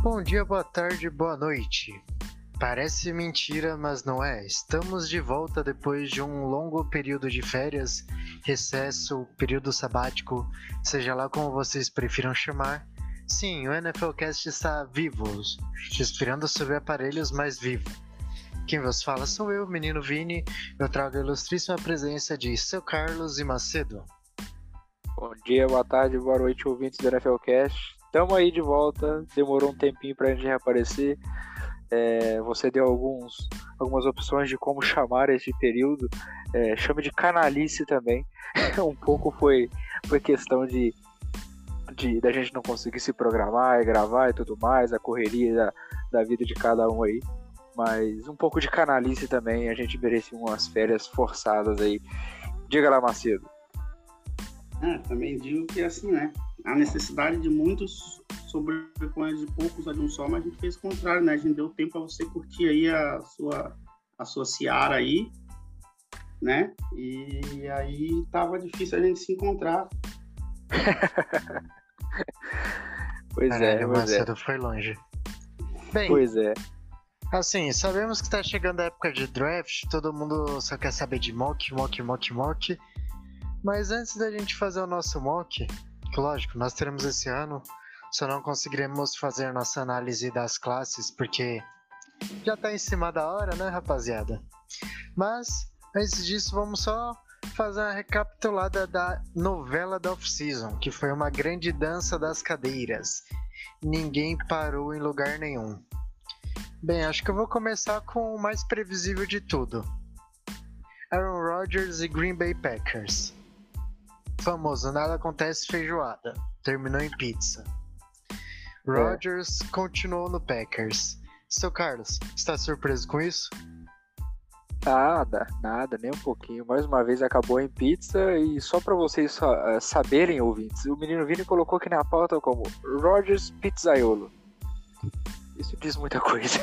Bom dia, boa tarde, boa noite. Parece mentira, mas não é. Estamos de volta depois de um longo período de férias, recesso, período sabático, seja lá como vocês prefiram chamar. Sim, o NFLcast está vivo, respirando sobre aparelhos, mas vivo. Quem vos fala sou eu, menino Vini. Eu trago a ilustríssima presença de Seu Carlos e Macedo. Bom dia, boa tarde, boa noite, ouvintes do NFLcast. Estamos aí de volta, demorou um tempinho pra gente reaparecer. Você deu algumas opções de como chamar esse período. Chame de canalice também. Um pouco foi questão da gente não conseguir se programar e gravar e tudo mais, a correria da vida de cada um aí. Mas um pouco de canalice também, a gente merecia umas férias forçadas aí. Diga lá, Macedo. Também digo que assim, né? A necessidade de muitos sobrepõe de poucos a de um só, mas a gente fez o contrário, né? A gente deu tempo para você curtir aí a sua seara aí, né? E aí tava difícil a gente se encontrar. Pois é. Macedo foi longe. Bem, pois é. Assim, sabemos que está chegando a época de draft, todo mundo só quer saber de mock. Mas antes da gente fazer o nosso mock, que lógico, nós teremos esse ano, só não conseguiremos fazer a nossa análise das classes, porque já tá em cima da hora, né, rapaziada? Mas, antes disso, vamos só fazer uma recapitulada da novela da off-season, que foi uma grande dança das cadeiras. Ninguém parou em lugar nenhum. Bem, acho que eu vou começar com o mais previsível de tudo. Aaron Rodgers e Green Bay Packers. Famoso, nada acontece feijoada. Terminou em pizza. Rodgers continuou no Packers. Seu Carlos, está surpreso com isso? Nada, nem um pouquinho. Mais uma vez acabou em pizza e só para vocês saberem, ouvintes, o menino Vini colocou aqui na pauta como Rodgers Pizzaiolo. Isso diz muita coisa.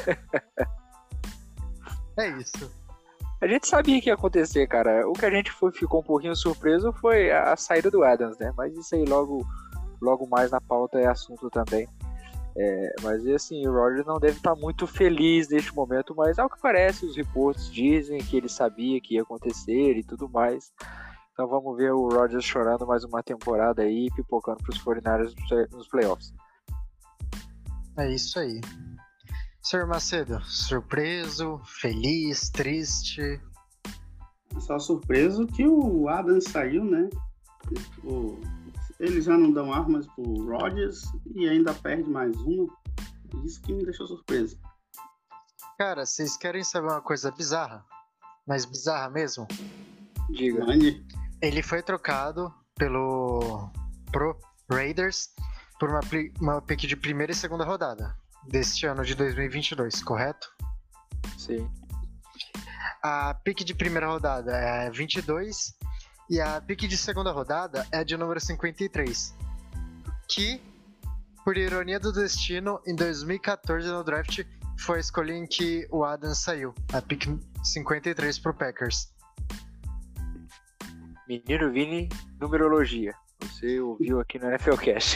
É isso. A gente sabia que ia acontecer, cara. O que a gente ficou um pouquinho surpreso foi a saída do Adams, né? Mas isso aí logo mais na pauta é assunto também. Mas assim, o Rodgers não deve estar muito feliz neste momento, mas ao que parece, os reportes dizem que ele sabia que ia acontecer e tudo mais. Então vamos ver o Rodgers chorando mais uma temporada aí, pipocando para os 49ers nos playoffs. É isso aí. Sr. Macedo, surpreso, feliz, triste? Só surpreso que o Adams saiu, né? Eles já não dão armas pro Rodgers e ainda perde mais uma. Isso que me deixou surpreso. Cara, vocês querem saber uma coisa bizarra? Mas bizarra mesmo? Diga. Mande. Ele foi trocado pro Raiders por uma pick de primeira e segunda rodada deste ano de 2022, correto? Sim. A pick de primeira rodada é 22 e a pick de segunda rodada é de número 53, que, por ironia do destino, em 2014 no draft foi a escolha em que o Adams saiu, a pick 53 pro Packers. Menino Vini, numerologia. Você ouviu aqui no NFLcast.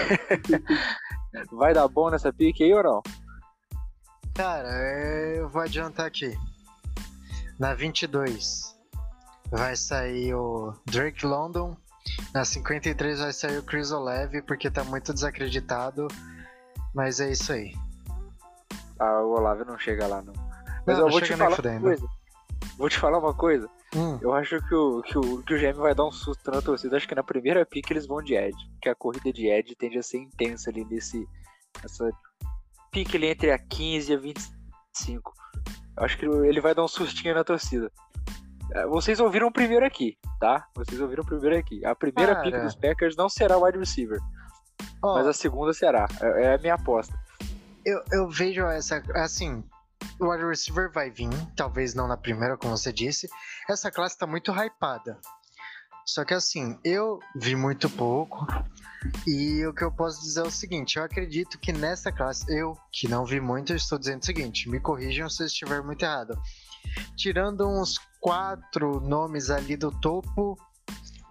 Vai dar bom nessa pique aí ou não? Cara, eu vou adiantar aqui. Na 22 vai sair o Drake London. Na 53 vai sair o Chris Olave, porque tá muito desacreditado. Mas é isso aí. O Olave não chega lá, não. Mas não, eu vou te falar uma coisa. Vou te falar uma coisa. Eu acho que o GM vai dar um susto na torcida. Acho que na primeira pick eles vão de Edge. Porque a corrida de Edge tende a ser intensa ali nessa pick ali entre a 15 e a 25. Eu acho que ele vai dar um sustinho na torcida. Vocês ouviram primeiro aqui, tá? A primeira pick dos Packers não será wide receiver. Mas a segunda será. É a minha aposta. Eu vejo essa... Assim... O wide receiver vai vir, talvez não na primeira, como você disse. Essa classe tá muito hypada. Só que assim, eu vi muito pouco. E o que eu posso dizer é o seguinte: eu acredito que nessa classe, eu que não vi muito, eu estou dizendo o seguinte, me corrijam se eu estiver muito errado. Tirando uns 4 nomes ali do topo,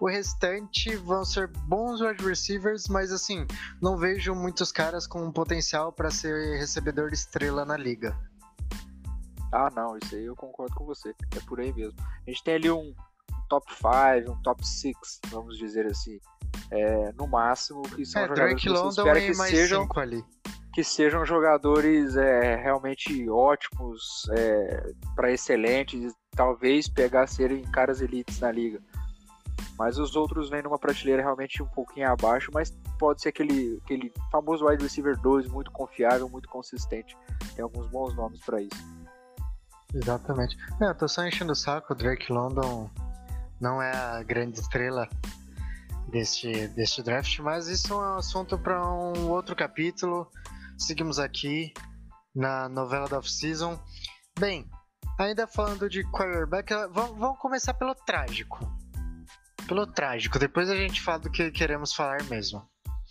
O restante vão ser bons wide receivers, mas assim, não vejo muitos caras com potencial para ser recebedor estrela na liga. Ah, não, isso aí eu concordo com você. É por aí mesmo. A gente tem ali um top 5, um top 6, vamos dizer assim. No máximo, que são jogadores Drake que você London espera e que mais sejam, 5 ali. que sejam jogadores realmente ótimos, para excelentes, talvez pegar serem caras elites na liga. Mas os outros vêm numa prateleira realmente um pouquinho abaixo, mas pode ser aquele famoso wide receiver 2, muito confiável, muito consistente. Tem alguns bons nomes para isso. Exatamente. Não, eu tô só enchendo o saco. O Drake London não é a grande estrela deste draft, mas isso é um assunto para um outro capítulo. Seguimos aqui na novela da off-season. Bem, ainda falando de quarterback, vamos começar pelo trágico. Depois a gente fala do que queremos falar mesmo.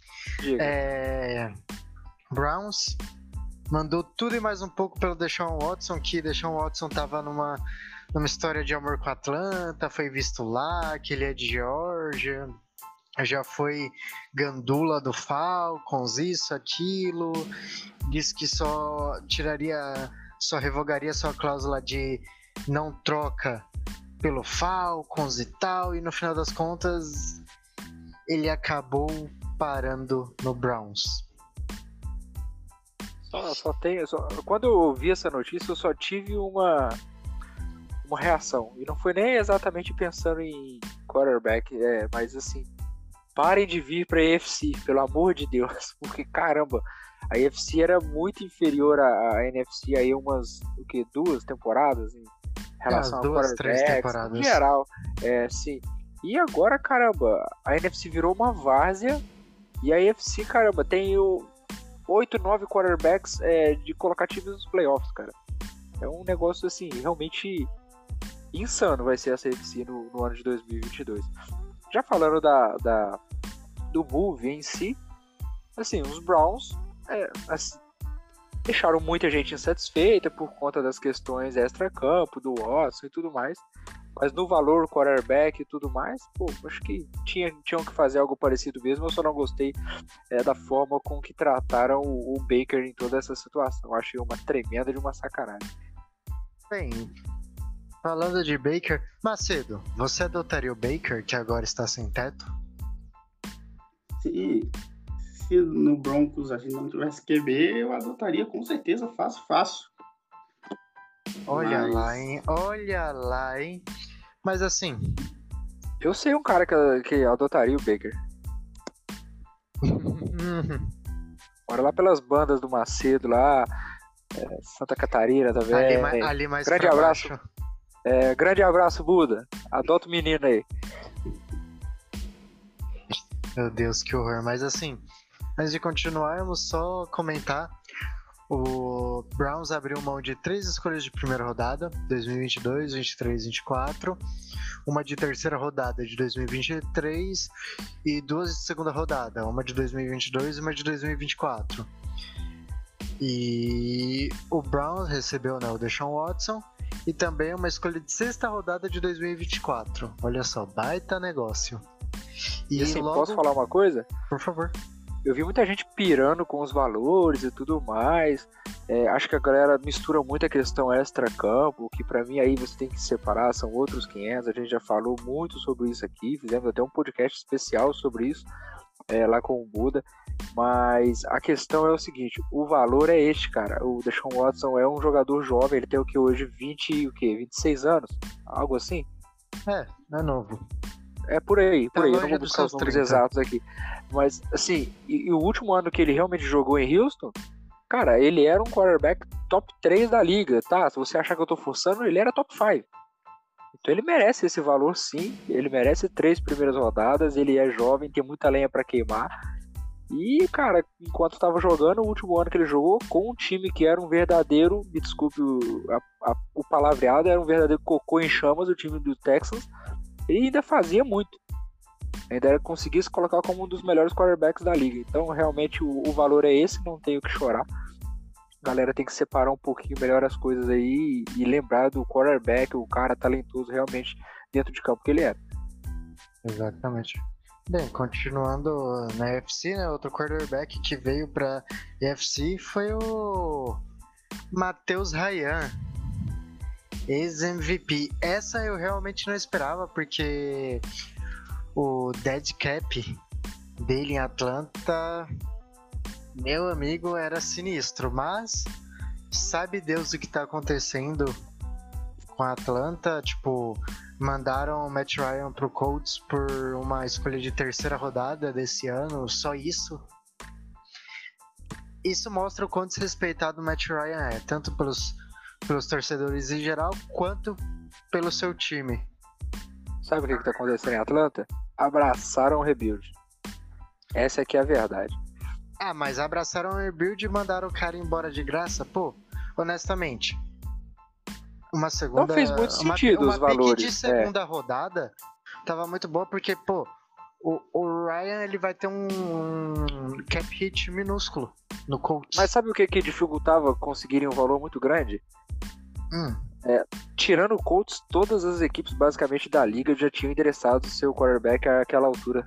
Browns mandou tudo e mais um pouco pelo Deshaun Watson, que Deshaun Watson tava numa história de amor com a Atlanta, foi visto lá, que ele é de Geórgia, já foi gandula do Falcons, isso, aquilo, disse que só revogaria sua cláusula de não troca pelo Falcons e tal, e no final das contas ele acabou parando no Browns. Quando eu ouvi essa notícia, eu só tive uma reação. E não foi nem exatamente pensando em quarterback, mas assim, parem de vir pra AFC, pelo amor de Deus. Porque, caramba, a AFC era muito inferior à NFC aí umas, 2 temporadas em relação a quarterbacks, 3 temporadas. em geral. Sim. E agora, caramba, a NFC virou uma várzea e a AFC, caramba, tem 8, 9 quarterbacks de colocar times nos playoffs, cara. É um negócio, assim, realmente insano vai ser essa AFC no ano de 2022. Já falando do move em si, assim, os Browns deixaram muita gente insatisfeita por conta das questões extra-campo, do Watson e tudo mais. Mas no valor quarterback e tudo mais, acho que tinham que fazer algo parecido mesmo. Eu só não gostei da forma com que trataram o Baker em toda essa situação. Eu achei uma tremenda de uma sacanagem. Bem, falando de Baker, Macedo, você adotaria o Baker, que agora está sem teto? Se no Broncos a gente não tivesse QB, eu adotaria com certeza, fácil. Olha lá, hein? Mas assim... Eu sei um cara que adotaria o Baker. Bora lá pelas bandas do Macedo lá, Santa Catarina também. Ali mais grande abraço. Baixo. Grande abraço, Buda. Adota o menino aí. Meu Deus, que horror. Mas assim, antes de continuar, vamos só comentar. O Browns abriu mão de 3 escolhas de primeira rodada, 2022, 23 e 24, uma de terceira rodada de 2023 e 2 de segunda rodada, uma de 2022 e uma de 2024. E o Browns recebeu o Deshaun Watson e também uma escolha de sexta rodada de 2024. Olha só, baita negócio. E assim, posso falar uma coisa? Por favor. Eu vi muita gente pirando com os valores e tudo mais. Acho que a galera mistura muito a questão extra-campo, que pra mim aí você tem que separar, são outros 500. A gente já falou muito sobre isso aqui, fizemos até um podcast especial sobre isso, lá com o Buda. Mas a questão é o seguinte, o valor é este, cara. O Deshaun Watson é um jogador jovem, ele tem o que hoje? 26 anos? Algo assim? É novo. É por aí, eu não vou dos buscar os números 30. exatos aqui. Mas, assim, e o último ano que ele realmente jogou em Houston, cara, ele era um quarterback top 3 da liga, tá? Se você achar que eu tô forçando, ele era top 5. Então ele merece esse valor, sim. Ele merece 3 primeiras rodadas, ele é jovem, tem muita lenha pra queimar. E, cara, enquanto tava jogando, o último ano que ele jogou com um time que era um verdadeiro, me desculpe o palavreado, era um verdadeiro cocô em chamas, o time do Texans. Ele ainda fazia muito. Ainda conseguia se colocar como um dos melhores quarterbacks da liga. Então, realmente, o valor é esse, não tem o que chorar. A galera tem que separar um pouquinho melhor as coisas aí e lembrar do quarterback, o cara talentoso realmente dentro de campo que ele era. Exatamente. Bem, continuando na UFC, né? Outro quarterback que veio pra UFC foi o Matheus Ryan, ex-MVP. Essa eu realmente não esperava, porque o dead cap dele em Atlanta, meu amigo, era sinistro. Mas sabe Deus o que tá acontecendo com a Atlanta? Tipo, mandaram o Matt Ryan pro Colts por uma escolha de terceira rodada desse ano, só isso. Isso mostra o quão desrespeitado o Matt Ryan é, tanto pelos torcedores em geral, quanto pelo seu time. Sabe o que tá acontecendo em Atlanta? Abraçaram o rebuild. Essa aqui é a verdade. Ah, mas abraçaram o rebuild e mandaram o cara embora de graça? Pô, honestamente, uma segunda... Não fez muito sentido os valores. Uma pick de segunda rodada tava muito boa, porque, pô, o Ryan, ele vai ter um cap hit minúsculo no Colts. Mas sabe o que dificultava conseguirem um valor muito grande? Tirando o Colts, todas as equipes basicamente da liga já tinham endereçado seu quarterback àquela altura.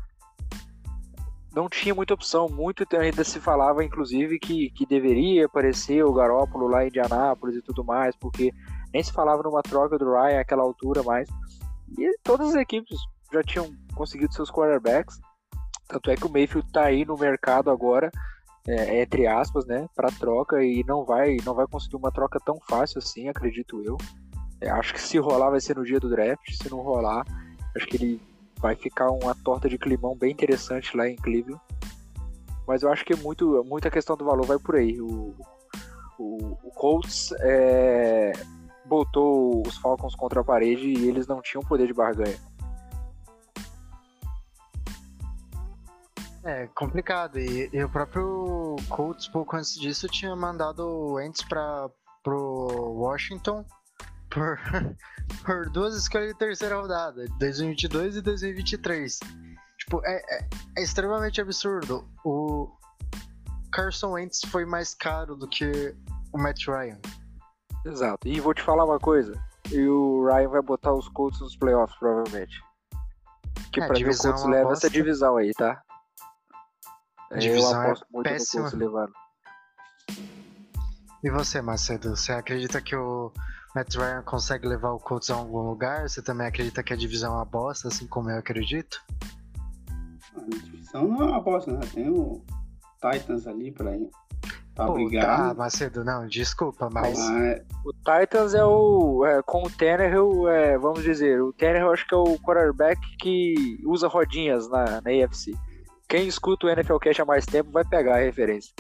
Não tinha muita opção, muito ainda se falava inclusive que deveria aparecer o Garoppolo lá em Indianápolis e tudo mais, porque nem se falava numa troca do Ryan àquela altura mais. E todas as equipes já tinham conseguido seus quarterbacks, tanto é que o Mayfield tá aí no mercado agora, entre aspas, né, para troca, e não vai conseguir uma troca tão fácil assim, acredito eu. Acho que se rolar vai ser no dia do draft, se não rolar, acho que ele vai ficar uma torta de climão bem interessante lá em Cleveland. Mas eu acho que muita questão do valor vai por aí. O Colts botou os Falcons contra a parede e eles não tinham poder de barganha. É complicado, e o próprio Colts, pouco antes disso, tinha mandado o Wentz pro Washington por duas escolhas de terceira rodada, 2022 e 2023. Tipo, é extremamente absurdo. O Carson Wentz foi mais caro do que o Matt Ryan. Exato, e vou te falar uma coisa, e o Ryan vai botar os Colts nos playoffs, provavelmente. Que pra mim o Colts leva essa divisão aí, tá? Divisão eu aposto muito péssima. no Colts levando. E você, Macedo? Você acredita que o Matt Ryan consegue levar o Colts a algum lugar? Você também acredita que a divisão é uma bosta, assim como eu acredito? A divisão não é uma bosta, né? Tem o Titans ali pra brigar. Ah, Macedo, não, desculpa, mas... O Titans com o Tannehill, vamos dizer, o Tannehill acho que é o quarterback que usa rodinhas na AFC. Quem escuta o NFL Cast há mais tempo vai pegar a referência.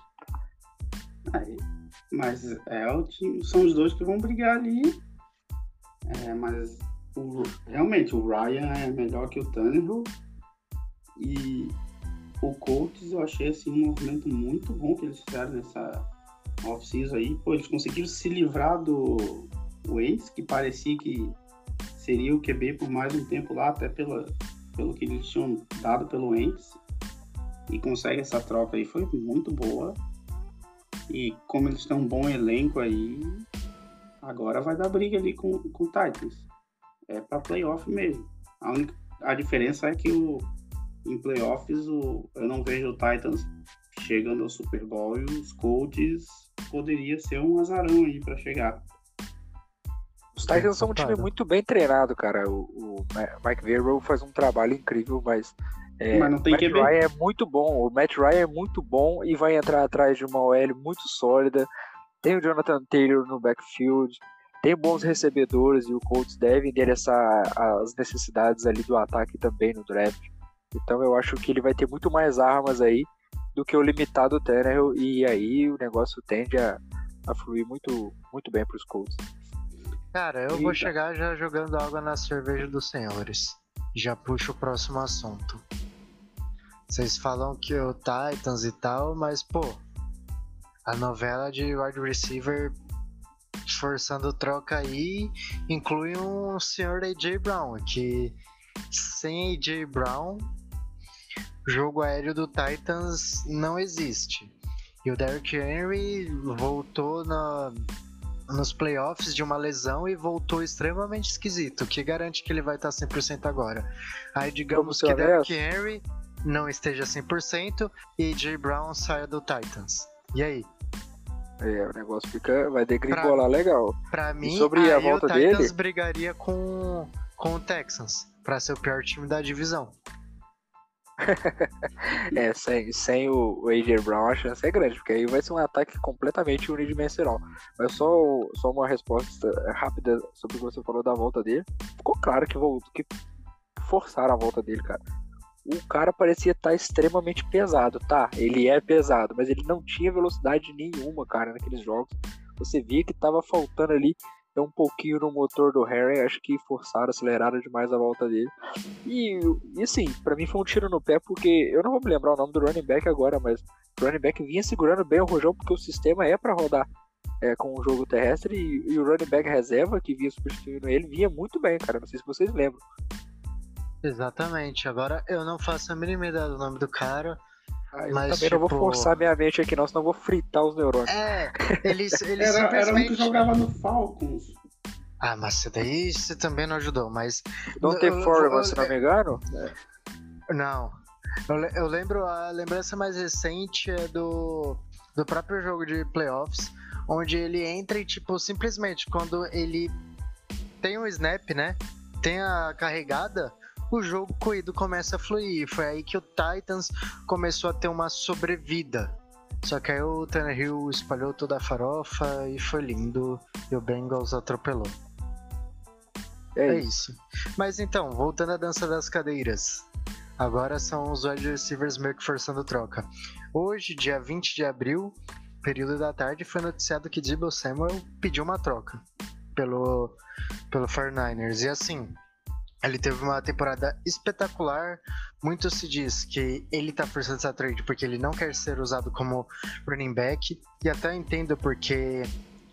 Mas o time, são os dois que vão brigar ali. Mas realmente o Ryan é melhor que o Tannehill. E o Colts eu achei assim, um movimento muito bom que eles fizeram nessa off-season aí. Pô, eles conseguiram se livrar do Wentz, que parecia que seria o QB por mais um tempo lá, até pelo que eles tinham dado pelo Wentz. E consegue essa troca aí, foi muito boa. E como eles têm um bom elenco aí, agora vai dar briga ali com o Titans. É pra playoff mesmo. A diferença é que em playoffs eu não vejo o Titans chegando ao Super Bowl e os Colts poderia ser um azarão aí pra chegar. Os Titans são um time muito bem treinado, cara. O Mike Vrabel faz um trabalho incrível, mas não tem o Matt Ryan é muito bom. O Matt Ryan é muito bom e vai entrar atrás de uma OL muito sólida. Tem o Jonathan Taylor no backfield, tem bons recebedores e o Colts deve endereçar as necessidades ali do ataque também no draft. Então eu acho que ele vai ter muito mais armas aí do que o limitado Tannehill, e aí o negócio tende a fluir muito, muito bem para os Colts. Cara, eu vou chegar já jogando água na cerveja dos senhores. Já puxo o próximo assunto. Vocês falam que o Titans e tal, mas pô, a novela de wide receiver forçando troca aí inclui um senhor A.J. Brown, que sem A.J. Brown, o jogo aéreo do Titans não existe. E o Derrick Henry voltou nos playoffs de uma lesão e voltou extremamente esquisito. O que garante que ele vai estar 100% agora? Aí digamos que Derrick Henry não esteja 100% e Jay Brown saia do Titans. E aí? O negócio vai degringolar legal. Pra mim, sobre a volta o Titans dele, brigaria com o Texans pra ser o pior time da divisão. sem o A.J. Brown a chance é grande, porque aí vai ser um ataque completamente unidimensional. Mas só uma resposta rápida sobre o que você falou da volta dele. Ficou claro que forçaram a volta dele, cara. O cara parecia estar extremamente pesado, tá? Ele é pesado, mas ele não tinha velocidade nenhuma, cara, naqueles jogos. Você via que tava faltando ali um pouquinho no motor do Harry. Acho que forçaram, aceleraram demais a volta dele. E assim, pra mim foi um tiro no pé, porque eu não vou me lembrar o nome do running back agora, mas o running back vinha segurando bem o rojão, porque o sistema é pra rodar com o jogo terrestre, e o running back reserva, que vinha substituindo ele, vinha muito bem, cara. Não sei se vocês lembram. Exatamente. Agora eu não faço a mínima ideia do nome do cara. Eu mas também não vou forçar minha mente aqui, não, senão eu vou fritar os neurônios. Ele simplesmente... Era um que jogava no Falcons. Ah, mas daí você também não ajudou, mas... Não tem Foreman, se não me engano? Não. Eu lembro, a lembrança mais recente é do próprio jogo de playoffs, onde ele entra e, tipo, simplesmente, quando ele tem um snap, né? Tem a carregada, o jogo corrido começa a fluir. Foi aí que o Titans começou a ter uma sobrevida. Só que aí o Tannehill espalhou toda a farofa e foi lindo. E o Bengals atropelou. É isso. Mas então, voltando à dança das cadeiras. Agora são os wide receivers meio que forçando troca. Hoje, dia 20 de abril, período da tarde, foi noticiado que Deebo Samuel pediu uma troca pelo 49ers. E assim, ele teve uma temporada espetacular. Muito se diz que ele tá forçando essa trade porque ele não quer ser usado como running back. E até entendo porque,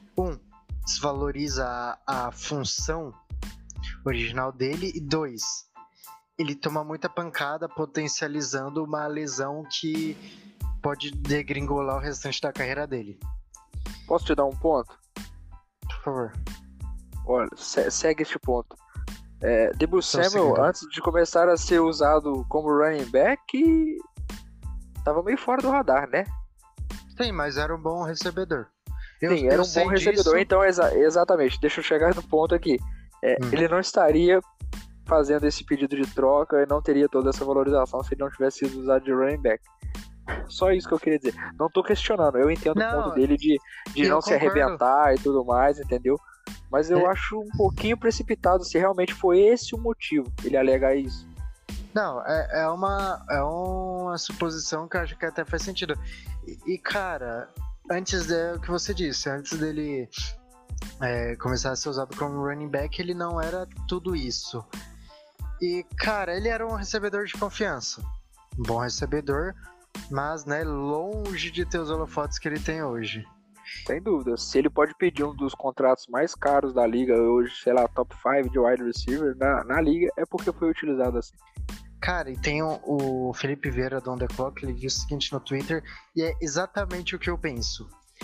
desvaloriza a função original dele. E 2, ele toma muita pancada, potencializando uma lesão que pode degringolar o restante da carreira dele. Posso te dar um ponto? Por favor. Olha, segue este ponto. Deebo Samuel, antes de começar a ser usado como running back, tava meio fora do radar, né? Sim, mas era um bom recebedor. Sim, era um bom recebedor. Então, exatamente, deixa eu chegar no ponto aqui. Ele não estaria fazendo esse pedido de troca e não teria toda essa valorização se ele não tivesse sido usado de running back. Só isso que eu queria dizer. Não tô questionando, eu entendo o ponto dele de não se arrebentar e tudo mais, entendeu? Mas eu acho um pouquinho precipitado se realmente foi esse o motivo, ele alegar isso. Não, é uma suposição que eu acho que até faz sentido. E cara, antes do que você disse, antes dele começar a ser usado como running back, ele não era tudo isso. E cara, ele era um recebedor de confiança. Um bom recebedor, mas né, longe de ter os holofotes que ele tem hoje. Sem dúvida, se ele pode pedir um dos contratos mais caros da liga hoje, sei lá, top 5 de wide receiver na liga, é porque foi utilizado assim. Cara, e tem o Felipe Vieira do On The Clock, ele disse o seguinte no Twitter, e é exatamente o que eu penso.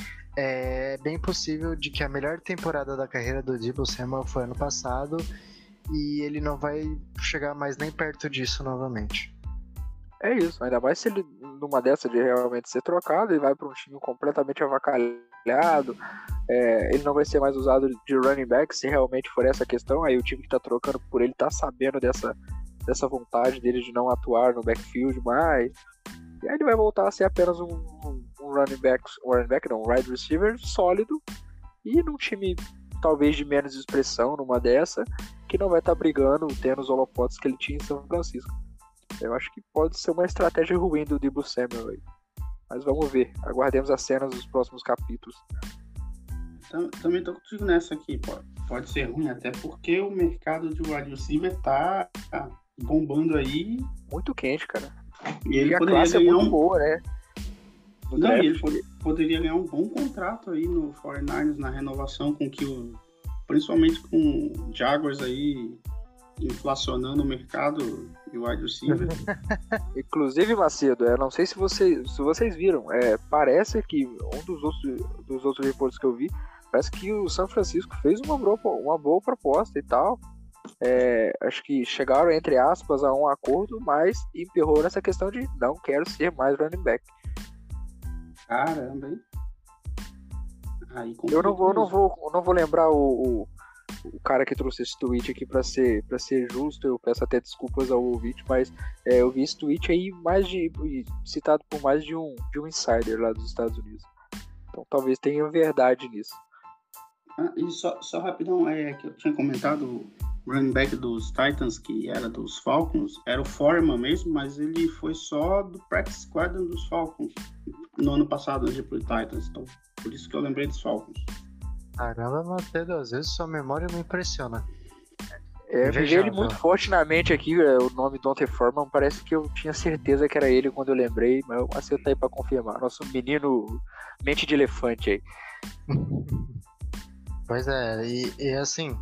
É bem possível de que a melhor temporada da carreira do Deebo Samuel foi ano passado, e ele não vai chegar mais nem perto disso novamente. É isso, ainda mais se ele, numa dessa de realmente ser trocado, ele vai para um time completamente avacalhado, ele não vai ser mais usado de running back se realmente for essa questão. Aí o time que tá trocando por ele tá sabendo dessa vontade dele de não atuar no backfield mais, e aí ele vai voltar a ser apenas um wide receiver sólido, e num time talvez de menos expressão, numa dessa, que não vai estar brigando, tendo os holofotes que ele tinha em São Francisco. Eu acho que pode ser uma estratégia ruim do Deebo Samuel aí. Mas vamos ver. Aguardemos as cenas dos próximos capítulos. Também tô contigo nessa aqui. Pode ser ruim, até porque o mercado de wide receiver tá bombando aí. Muito quente, cara. E ele a classe é muito boa, né? Ele poderia ganhar um bom contrato aí no 49ers, na renovação, com que principalmente com o Jaguars aí inflacionando o mercado de wide receiver. Inclusive, Macedo, eu não sei se vocês viram, parece que um dos outros reportes que eu vi, Parece que o São Francisco fez uma boa proposta e tal. Acho que chegaram, entre aspas, a um acordo, mas emperrou nessa questão de não quero ser mais running back. Caramba, hein? Eu não vou lembrar o cara que trouxe esse tweet aqui pra ser justo. Eu peço até desculpas ao ouvinte, mas eu vi esse tweet aí citado por mais de um insider lá dos Estados Unidos. Então talvez tenha verdade nisso. E só rapidão, que eu tinha comentado, o running back dos Titans, que era dos Falcons, era o Foreman mesmo, mas ele foi só do practice squad dos Falcons no ano passado, antes de ir pro Titans. Então, por isso que eu lembrei dos Falcons. Caramba, Matheus, às vezes sua memória me impressiona. Eu vejo ele muito forte na mente aqui, o nome Dante Foreman, parece que eu tinha certeza que era ele quando eu lembrei, mas eu acertei aí pra confirmar. Nosso menino mente de elefante aí. Pois é, e assim,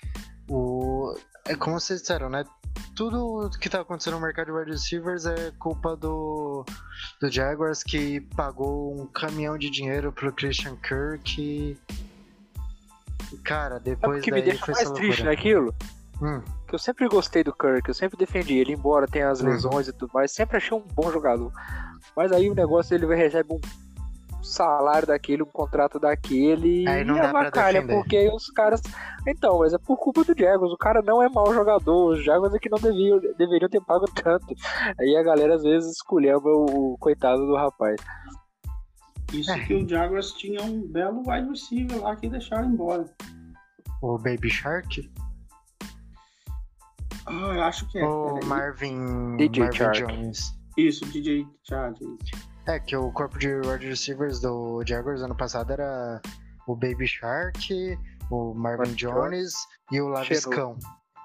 é como vocês disseram, né? Tudo que tá acontecendo no mercado de wide receivers é culpa do Jaguars, que pagou um caminhão de dinheiro pro Christian Kirk. Cara, depois que me deixa mais triste naquilo? Que eu sempre gostei do Kirk, eu sempre defendi ele, embora tenha as lesões e tudo mais, sempre achei um bom jogador. Mas aí o negócio, ele recebe um salário daquele, um contrato daquele, aí não e dá pra defender. Porque os caras... Então, mas é por culpa do Jaguars, o cara não é mau jogador, os Jaguars é que não deveriam ter pago tanto. Aí a galera às vezes esculhamba o coitado do rapaz. Isso que o Jaguars tinha um belo wide receiver lá que deixaram embora. O Baby Shark? Eu acho que é. O Marvin Jones. Isso, DJ Chark. Que o corpo de wide receivers do Jaguars ano passado era o Baby Shark, o Marvin Jones e o Laviscão.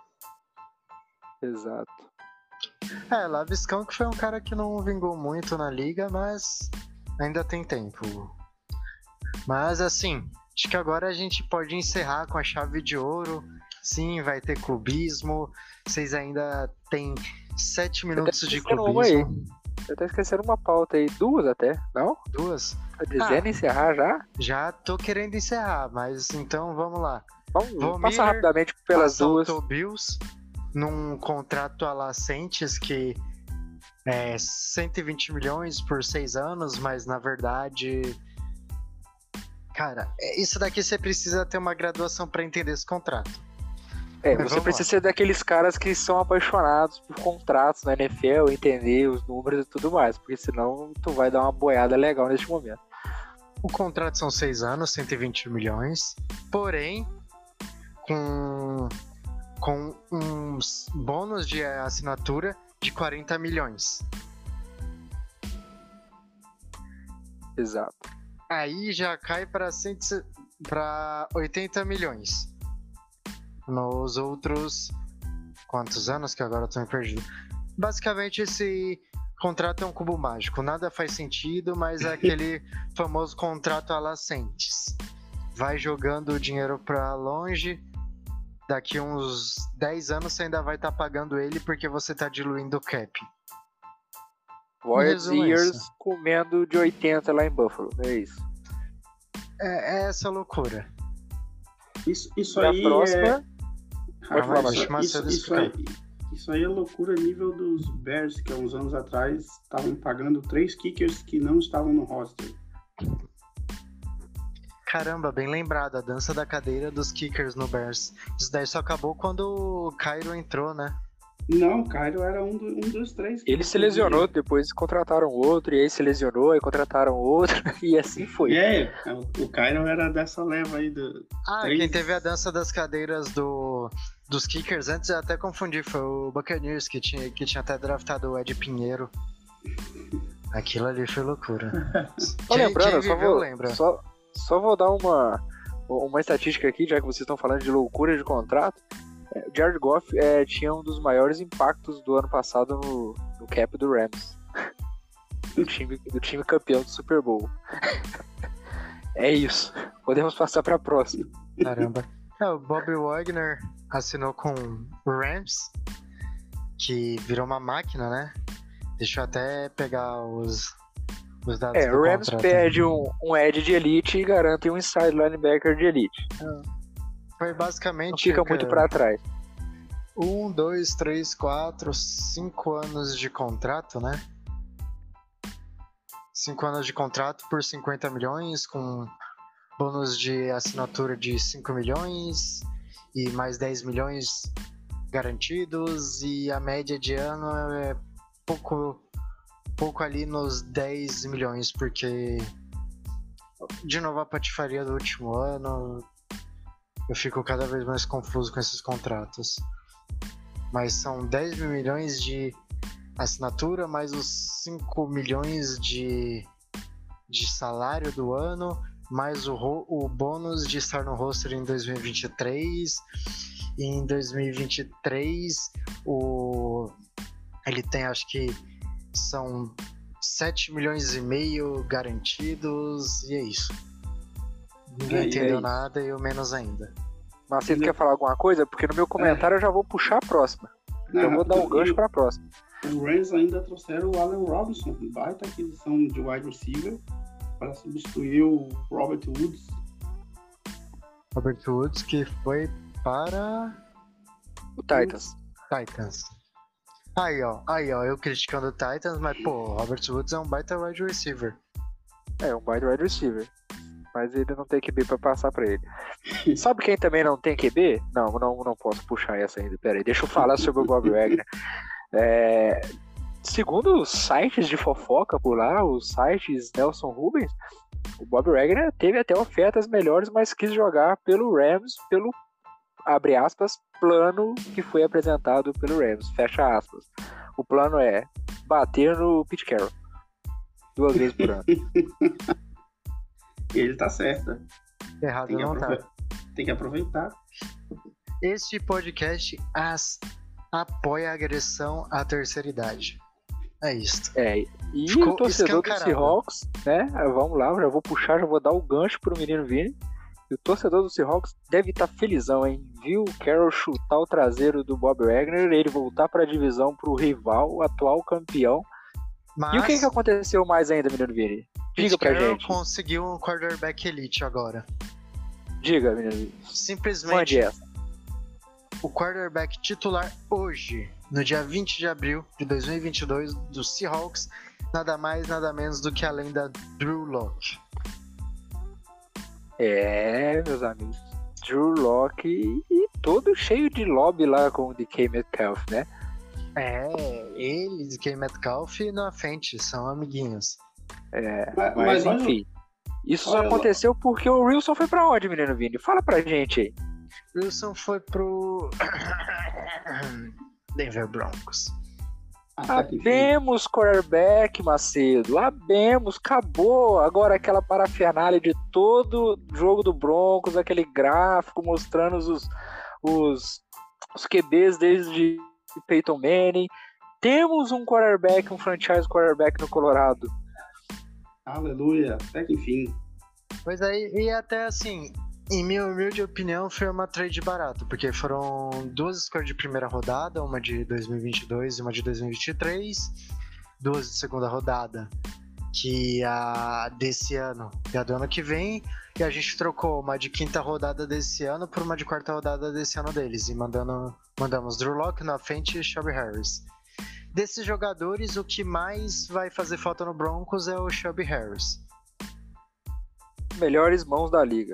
Exato. Laviscão, que foi um cara que não vingou muito na liga, mas ainda tem tempo. Mas assim, acho que agora a gente pode encerrar com a chave de ouro. Sim, vai ter clubismo. Vocês ainda têm 7 minutos de clubismo. Eu tô esquecendo uma pauta aí. 2 até, não? 2? Tá dizendo encerrar já? Já tô querendo encerrar, mas então vamos lá. Vamos passar rapidamente pelas duas. O Bills num contrato a la Saints, que é 120 milhões por 6 anos, mas na verdade... Cara, isso daqui você precisa ter uma graduação para entender esse contrato. Você precisa ser daqueles caras que são apaixonados por contratos na NFL, entender os números e tudo mais, porque senão tu vai dar uma boiada legal neste momento. O contrato são 6 anos, 120 milhões, porém, com uns bônus de assinatura de 40 milhões. Exato. Aí já cai para 80 milhões. Nos outros... Quantos anos que agora eu tô me perdido? Basicamente, esse contrato é um cubo mágico. Nada faz sentido, mas é aquele famoso contrato a la Saints. Vai jogando o dinheiro pra longe. Daqui uns 10 anos você ainda vai estar pagando ele porque você tá diluindo o cap. Voyage Years comendo de 80 lá em Buffalo. É isso. É essa loucura. Isso aí próxima... Isso aí é loucura nível dos Bears, que há uns anos atrás estavam pagando 3 kickers que não estavam no roster. Caramba, bem lembrado, a dança da cadeira dos kickers no Bears. Isso daí só acabou quando o Cairo entrou, né? Não, o Cairo era um dos 3. Ele se lesionou, depois contrataram outro, e aí se lesionou, aí contrataram outro, e assim foi. O Cairo era dessa leva aí do... Quem teve a dança das cadeiras dos kickers antes, eu até confundi, foi o Buccaneers, que tinha até draftado o Ed Pinheiro. Aquilo ali foi loucura. Só lembrando, só vou dar uma estatística aqui, já que vocês estão falando de loucura de contrato. O Jared Goff tinha um dos maiores impactos do ano passado no cap do Rams. do time campeão do Super Bowl. É isso. Podemos passar para a próxima. Caramba. O Bobby Wagner assinou com o Rams, que virou uma máquina, né? Deixa eu até pegar Os dados do O Rams contrato. perde um edge de elite e garante um inside linebacker de elite. Foi basicamente. Não fica muito pra trás. 1, 2, 3, 4, 5 anos de contrato, né? 5 anos de contrato por 50 milhões, com bônus de assinatura de 5 milhões e mais 10 milhões garantidos, e a média de ano é pouco ali nos 10 milhões, porque de novo a patifaria do último ano, eu fico cada vez mais confuso com esses contratos. Mas são 10 milhões de assinatura, mais os 5 milhões de salário do ano, mais o bônus de estar no roster em 2023. E em 2023 ele tem, acho que são 7 milhões e meio garantidos, e é isso. Ninguém entendeu nada, e eu menos ainda. Marcelo, quer falar alguma coisa? Porque no meu comentário eu já vou puxar a próxima. Então eu vou dar um gancho para a próxima. O Rams ainda trouxeram o Allen Robinson, baita aquisição de wide receiver, para substituir o Robert Woods. Robert Woods, que foi para o Titans. Aí, ó, eu criticando o Titans, mas pô, Robert Woods é um baita wide receiver. É, um baita wide receiver. Mas ele não tem QB pra passar pra ele. Sabe quem também não tem QB? Não posso puxar essa ainda. Pera aí, deixa eu falar sobre o Bob Wagner. Segundo os sites de fofoca por lá, os sites Nelson Rubens, o Bob Wagner teve até ofertas melhores, mas quis jogar pelo Rams, pelo, abre aspas, plano que foi apresentado pelo Rams, fecha aspas. O plano é bater no Pete Carroll 2 vezes por ano. Ele tá certo. Errado não tá. Tem que aproveitar. Este podcast apoia a agressão à terceira idade. É isso. E o torcedor do Seahawks, né? Vamos lá, já vou dar o gancho pro menino Vini. E o torcedor do Seahawks deve estar felizão, hein? Viu o Carroll chutar o traseiro do Bob Wagner, ele voltar pra divisão, pro rival, o atual campeão. Mas... E o que aconteceu mais ainda, menino Vini? Diga pra gente. Conseguiu um quarterback elite agora. Diga, menino Vini. Simplesmente o quarterback titular hoje, no dia 20 de abril de 2022, do Seahawks, nada mais, nada menos do que a lenda Drew Lock. Meus amigos. Drew Lock e todo cheio de lobby lá com o DK Metcalf, né? Ele e DK Metcalf na frente, são amiguinhos. Mas enfim. Isso só aconteceu porque o Wilson foi pra onde, menino Vini? Fala pra gente aí. Wilson foi pro Denver Broncos. Abemos quarterback, Macedo. Abemos, acabou. Agora aquela parafernália de todo jogo do Broncos, aquele gráfico mostrando os QBs desde Peyton Manning. Temos um quarterback, um franchise quarterback no Colorado. Aleluia, até que enfim. Pois aí, e até assim, em minha humilde opinião, foi uma trade barata, porque foram 2 escolhas de primeira rodada, uma de 2022 e uma de 2023, 2 de segunda rodada, que a desse ano e a do ano que vem, e a gente trocou uma de quinta rodada desse ano por uma de quarta rodada desse ano deles, e mandamos Drew Lock na frente e Shelby Harris. Desses jogadores, o que mais vai fazer falta no Broncos é o Shelby Harris. Melhores mãos da liga.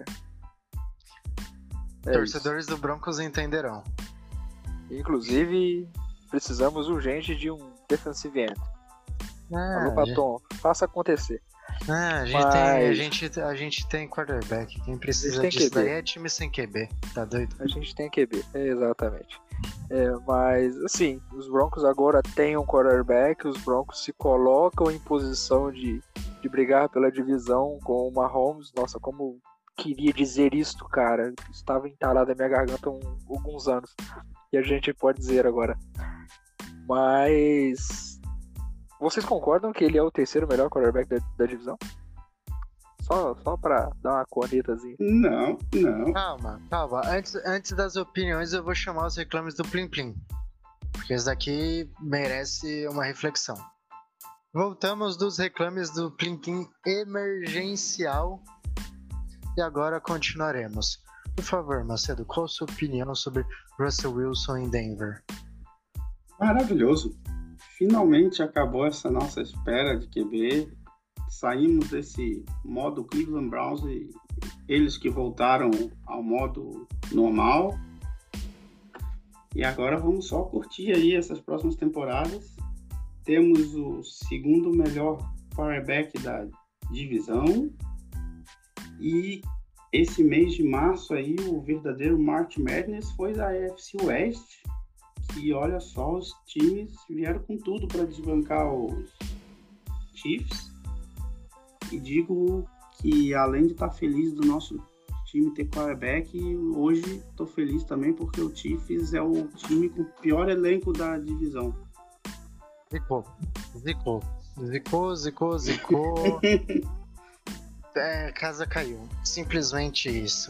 Torcedores do Broncos entenderão. Inclusive, precisamos urgente de um defensive end. Alô, Paton, faça acontecer. A gente tem quarterback. Quem precisa disso daí é time sem QB. Tá doido? A gente tem QB, exatamente. Mas, assim, os Broncos agora têm um quarterback. Os Broncos se colocam em posição de brigar pela divisão com o Mahomes. Nossa, como queria dizer isto, cara. Estava entalado na minha garganta há alguns anos. E a gente pode dizer agora. Mas... vocês concordam que ele é o terceiro melhor quarterback da divisão? Só pra dar uma cornetazinha. Não. Calma. Antes das opiniões, eu vou chamar os reclames do Plim Plim. Porque esse daqui merece uma reflexão. Voltamos dos reclames do Plim-Plim emergencial e agora continuaremos. Por favor, Macedo, qual a sua opinião sobre Russell Wilson em Denver? Maravilhoso. Finalmente acabou essa nossa espera de QB. Saímos desse modo Cleveland Browns e eles que voltaram ao modo normal. E agora vamos só curtir aí essas próximas temporadas. Temos o segundo melhor quarterback da divisão. E esse mês de março aí, o verdadeiro March Madness foi da AFC West. E olha só, os times vieram com tudo para desbancar os Chiefs. E digo que além de estar feliz do nosso time ter quarterback, hoje estou feliz também porque o Chiefs é o time com o pior elenco da divisão. Zicou. Casa caiu. Simplesmente isso.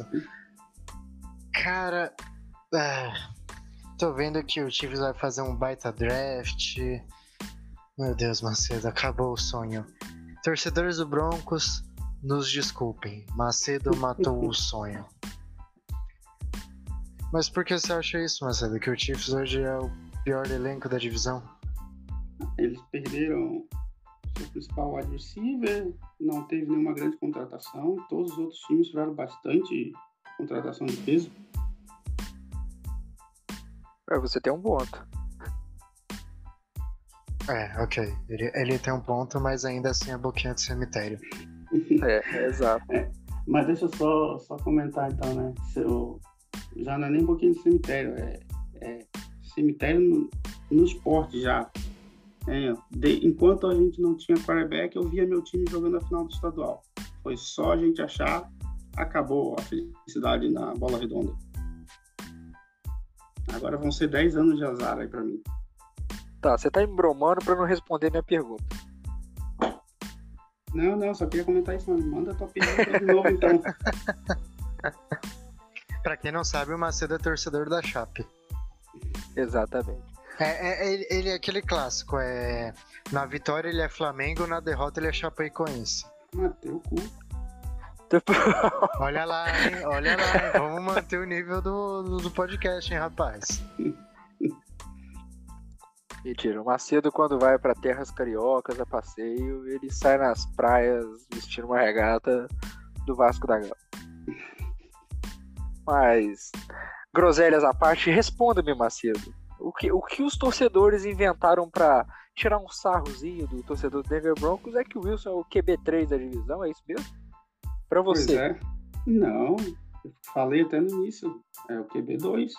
Cara, tô vendo que o Chiefs vai fazer um baita draft. Meu Deus, Macedo, acabou o sonho. Torcedores do Broncos, nos desculpem. Macedo matou o sonho. Mas por que você acha isso, Macedo? Que o Chiefs hoje é o pior elenco da divisão? Eles perderam seu principal wide receiver, não teve nenhuma grande contratação. Todos os outros times tiveram bastante contratação de peso. Você tem um ponto. Ok. Ele tem um ponto, mas ainda assim é boquinha de cemitério. Exato. Mas deixa eu só comentar então, né? Já não é nem boquinha de cemitério, é cemitério no esporte já. Enquanto a gente não tinha quarterback, eu via meu time jogando a final do estadual. Foi só a gente achar, acabou a felicidade na bola redonda. Agora vão ser 10 anos de azar aí pra mim. Tá, você tá me bromando pra não responder minha pergunta. Não, só queria comentar isso, mano. Manda a tua pergunta de novo, então. Pra quem não sabe, o Macedo é torcedor da Chape. Exatamente. Ele é aquele clássico, na vitória ele é Flamengo, na derrota ele é Chapecoense. Matei o cu. Olha lá, hein? Vamos manter o nível do podcast, hein, rapaz? Mentira, o Macedo quando vai pra terras cariocas a passeio, ele sai nas praias vestindo uma regata do Vasco da Gama. Mas, groselhas à parte, responda-me, Macedo. O que os torcedores inventaram pra tirar um sarrozinho do torcedor do Denver Broncos é que o Wilson é o QB3 da divisão, é isso mesmo? Pra você. Pois é. Não, eu falei até no início, é o QB2.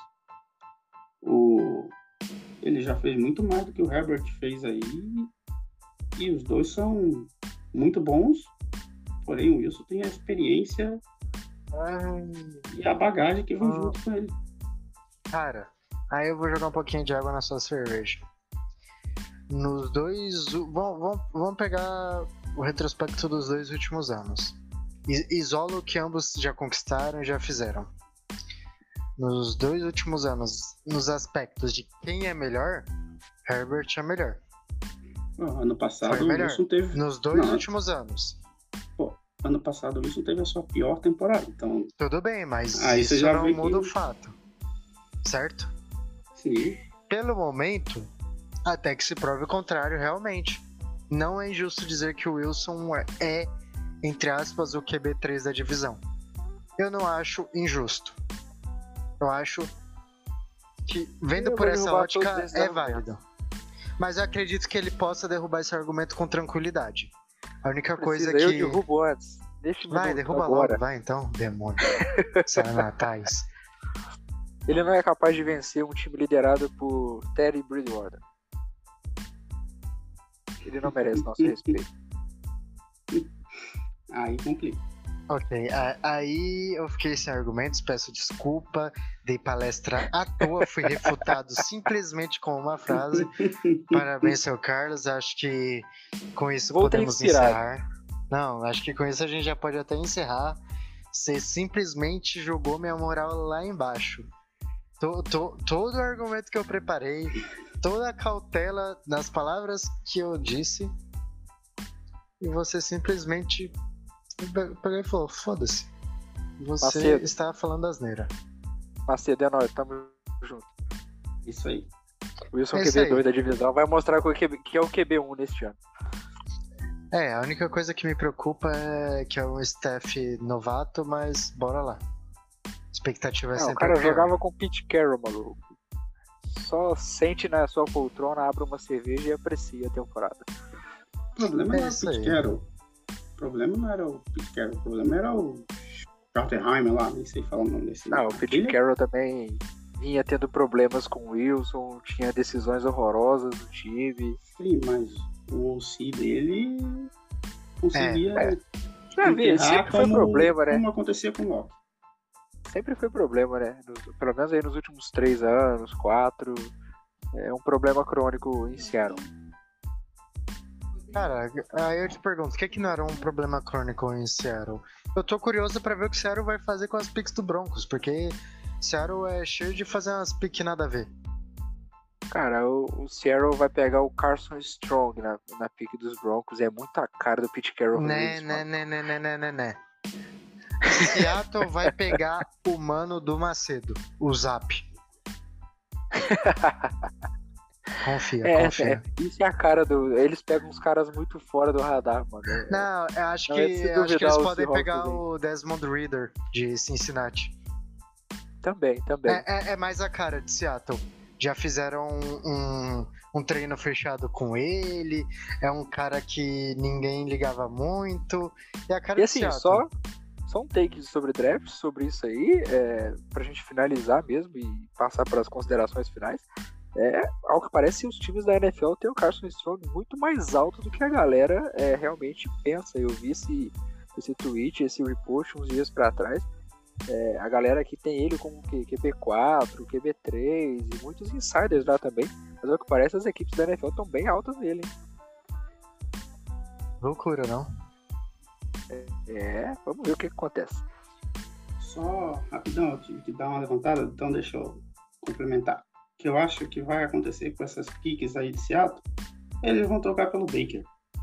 Ele já fez muito mais do que o Herbert fez aí, e os dois são muito bons, porém o Wilson tem a experiência e a bagagem que vão junto com ele. Cara, aí eu vou jogar um pouquinho de água na sua cerveja. Nos dois... Vamos pegar o retrospecto dos 2 últimos anos. Isola o que ambos já conquistaram e já fizeram. Nos 2 últimos anos, nos aspectos de quem é melhor, Herbert é melhor. Ano passado o Wilson teve... Nos 2 últimos anos. Ano passado o Wilson teve a sua pior temporada, então... Tudo bem, mas aí isso já não muda o fato. Certo? Sim. Pelo momento, até que se prove o contrário realmente. Não é injusto dizer que o Wilson é, entre aspas, o QB3 da divisão. Eu não acho injusto. Eu acho que, vendo por essa ótica, é válido. Mas eu acredito que ele possa derrubar esse argumento com tranquilidade. A única coisa que... Eu derrubo antes. Vai, derruba agora. Logo, vai então, demônio. Sanatais. Ele não é capaz de vencer um time liderado por Teddy Bridgewater. Ele não merece nosso respeito. Aí complica. Ok, aí eu fiquei sem argumentos, peço desculpa, dei palestra à toa, fui refutado simplesmente com uma frase. Parabéns, seu Carlos, acho que com isso podemos encerrar. Não, acho que com isso a gente já pode até encerrar. Você simplesmente jogou minha moral lá embaixo. Todo o argumento que eu preparei, toda a cautela nas palavras que eu disse, e você simplesmente pegou e falou, foda-se. Você Macedo. está falando asneira. Macedo, é nóis, tamo junto. Isso aí. Wilson É isso QB2 aí. da divisão vai mostrar que é o QB1 neste ano. A única coisa que me preocupa é que é um staff novato, mas bora lá. Expectativa é Não, o sempre cara pior. jogava com o Pete Carroll, maluco. Só sente na sua poltrona, abre uma cerveja e aprecia a temporada. O problema não era o isso Pete aí. Carroll. O problema não era o Pete Carroll. O problema era o Schottenheimer lá. Nem sei falar o nome desse. Não, o Pete Ele- Carroll também vinha tendo problemas com o Wilson, tinha decisões horrorosas do time. Sim, mas o OC dele conseguia Sempre foi problema, né? como acontecia com o Locke. Sempre foi problema, né? Pelo menos aí nos últimos 3 anos, 4. É um problema crônico em Seattle. Cara, aí eu te pergunto, o que não era um problema crônico em Seattle? Eu tô curioso pra ver o que o Seattle vai fazer com as picks do Broncos, porque Seattle é cheio de fazer umas picks nada a ver. Cara, o Seattle vai pegar o Carson Strong na pick dos Broncos. É muito a cara do Pete Carroll fazer isso, mano. Né. Seattle vai pegar o mano do Macedo, o Zap. Confia. Isso é a cara do... Eles pegam uns caras muito fora do radar, mano. Não, eu acho Não que, é de se eu acho que duvidar eles o podem Seahawks pegar aí. o Desmond Ridder de Cincinnati. Também. É mais a cara de Seattle. Já fizeram um treino fechado com ele. É um cara que ninguém ligava muito. É a cara E de assim, Seattle. só um take sobre draft, sobre isso aí, pra gente finalizar mesmo e passar para as considerações finais. Ao que parece, os times da NFL têm o Carson Strong muito mais alto do que a galera realmente pensa. Eu vi esse tweet, esse repost uns dias para trás. A galera aqui tem ele como QB4, QB3 e muitos insiders lá também. Mas ao que parece, as equipes da NFL estão bem altas nele, hein? Loucura, não? Vamos ver o que acontece. Só rapidão, eu tive que dar uma levantada, então deixa eu complementar. O que eu acho que vai acontecer com essas picks aí de Seattle, eles vão trocar pelo Baker.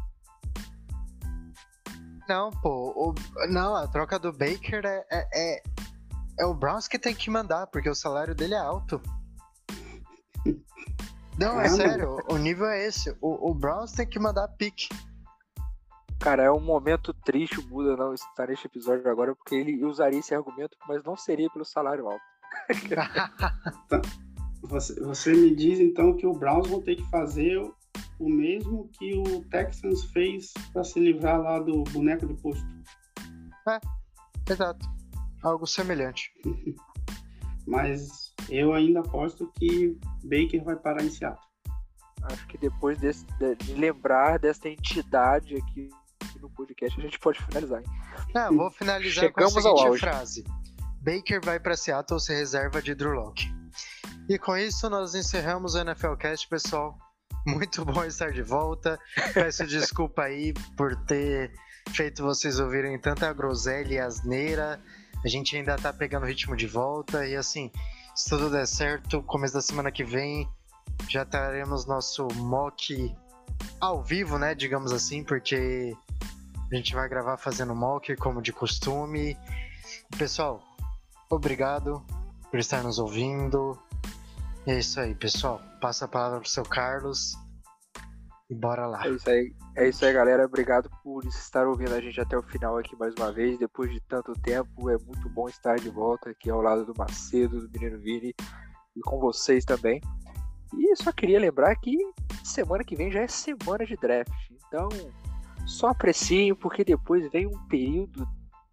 Não, pô. Não, a troca do Baker é o Browns que tem que mandar, porque o salário dele é alto. Não, é sério, o nível é esse. O Browns tem que mandar pick. Cara, é um momento triste o Buda não estar neste episódio agora, porque ele usaria esse argumento, mas não seria pelo salário alto. Você me diz então que o Browns vão ter que fazer o mesmo que o Texans fez para se livrar lá do boneco de posto. Exato. Algo semelhante. Mas eu ainda aposto que Baker vai parar em Seattle. Acho que depois de lembrar dessa entidade aqui no podcast, a gente pode finalizar, hein? Não, vou finalizar Chegamos com a ao seguinte auge. frase. Baker vai para Seattle ser reserva de Drew Lock. E com isso nós encerramos o NFLcast, pessoal. Muito bom estar de volta. Peço desculpa aí por ter feito vocês ouvirem tanta groselha e asneira. A gente ainda tá pegando o ritmo de volta. E assim, se tudo der certo, começo da semana que vem já teremos nosso mock ao vivo, né? Digamos assim, porque a gente vai gravar fazendo mock, como de costume. Pessoal, obrigado por estar nos ouvindo. É isso aí, pessoal. Passa a palavra pro seu Carlos e bora lá. É isso aí, galera. Obrigado por estar ouvindo a gente até o final aqui mais uma vez. Depois de tanto tempo, é muito bom estar de volta aqui ao lado do Macedo, do Menino Vini e com vocês também. E só queria lembrar que semana que vem já é semana de draft. Então, só apreciem, porque depois vem um período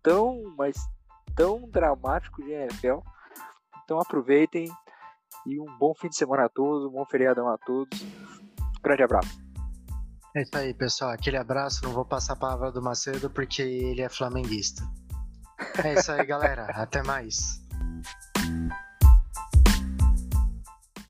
tão dramático de NFL. Então aproveitem. E um bom fim de semana a todos, um bom feriadão a todos. Grande abraço. É isso aí, pessoal. Aquele abraço. Não vou passar a palavra do Macedo porque ele é flamenguista. É isso aí, galera. Até mais.